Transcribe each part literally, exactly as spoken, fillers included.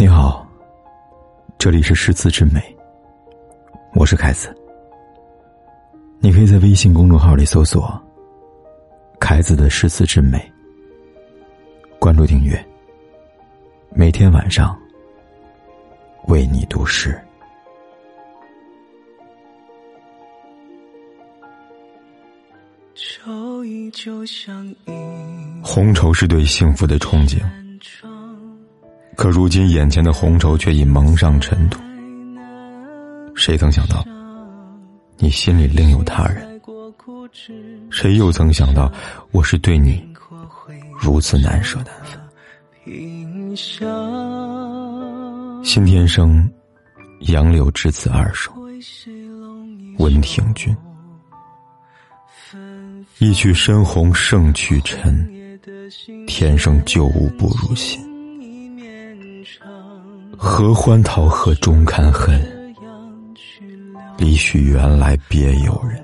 你好，这里是诗词之美，我是凯子。你可以在微信公众号里搜索凯子的诗词之美，关注订阅，每天晚上为你读诗。红绸是对幸福的憧憬，可如今眼前的红绸却已蒙上尘土。谁曾想到你心里另有他人，谁又曾想到我是对你如此难舍难分。辛天生杨柳之子二首，温庭筠。一曲深红胜去尘，天生旧物不如新。合欢桃贺终堪恨，离许原来别有人。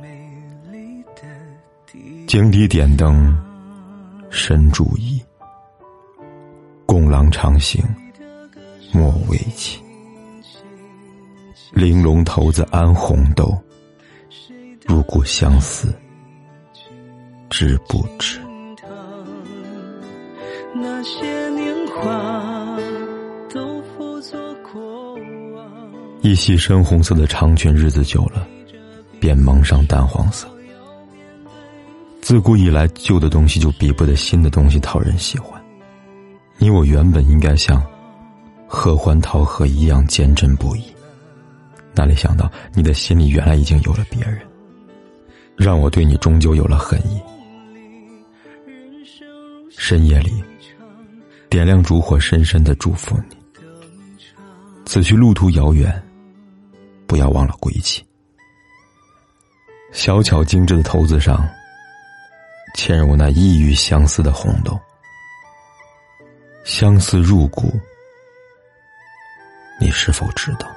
井底点灯深注意，共郎长行莫为期。玲珑骰子安红豆，入骨相思知不知？那些年华都付作过往。一袭深红色的长裙，日子久了便蒙上淡黄色。自古以来，旧的东西就比不得新的东西讨人喜欢。你我原本应该像合欢桃贺一样坚贞不移，哪里想到你的心里原来已经有了别人，让我对你终究有了恨意。深夜里点亮烛火，深深地祝福你，此去路途遥远，不要忘了归期。小巧精致的骰子上嵌入那异域相思的红豆，相思入骨，你是否知道？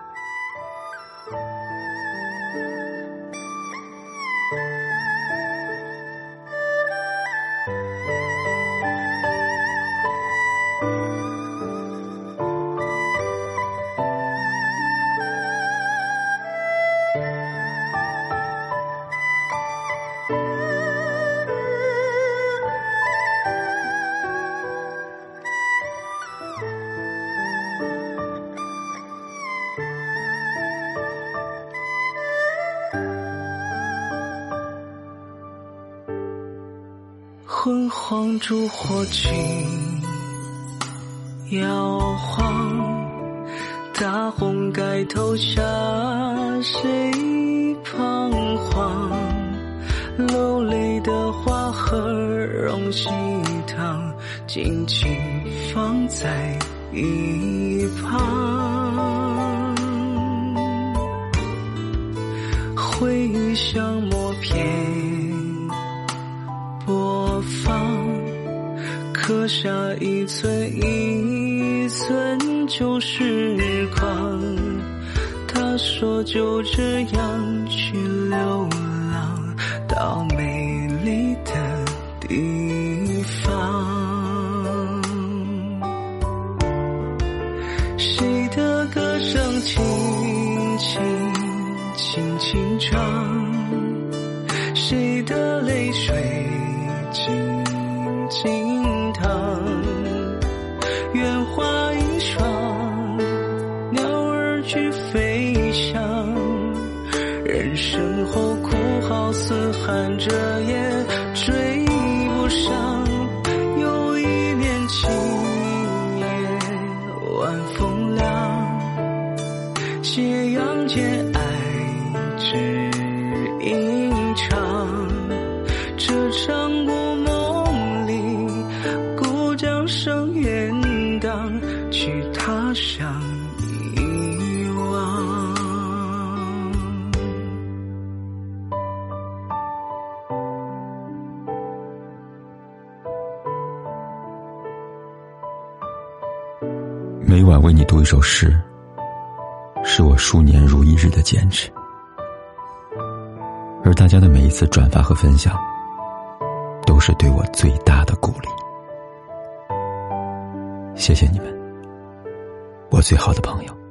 昏黄烛火尽摇晃，大红盖头下谁彷徨？流泪的花和容喜糖紧紧放在一旁，回忆像默片播放，刻下一寸一寸旧时光。他说就这样去流浪到美丽的地方。谁的歌声轻轻轻轻唱，谁的泪水静静淌，愿画一双鸟儿去飞翔，人生后哭号嘶喊着也追不上，有一年青叶晚风凉，斜阳间爱只吟唱，这场故梦里故将声远荡，去他乡遗忘。 每晚为你读一首诗，是我数年如一日的坚持，而大家的每一次转发和分享都是对我最大的鼓励。谢谢你们， 我最好的朋友。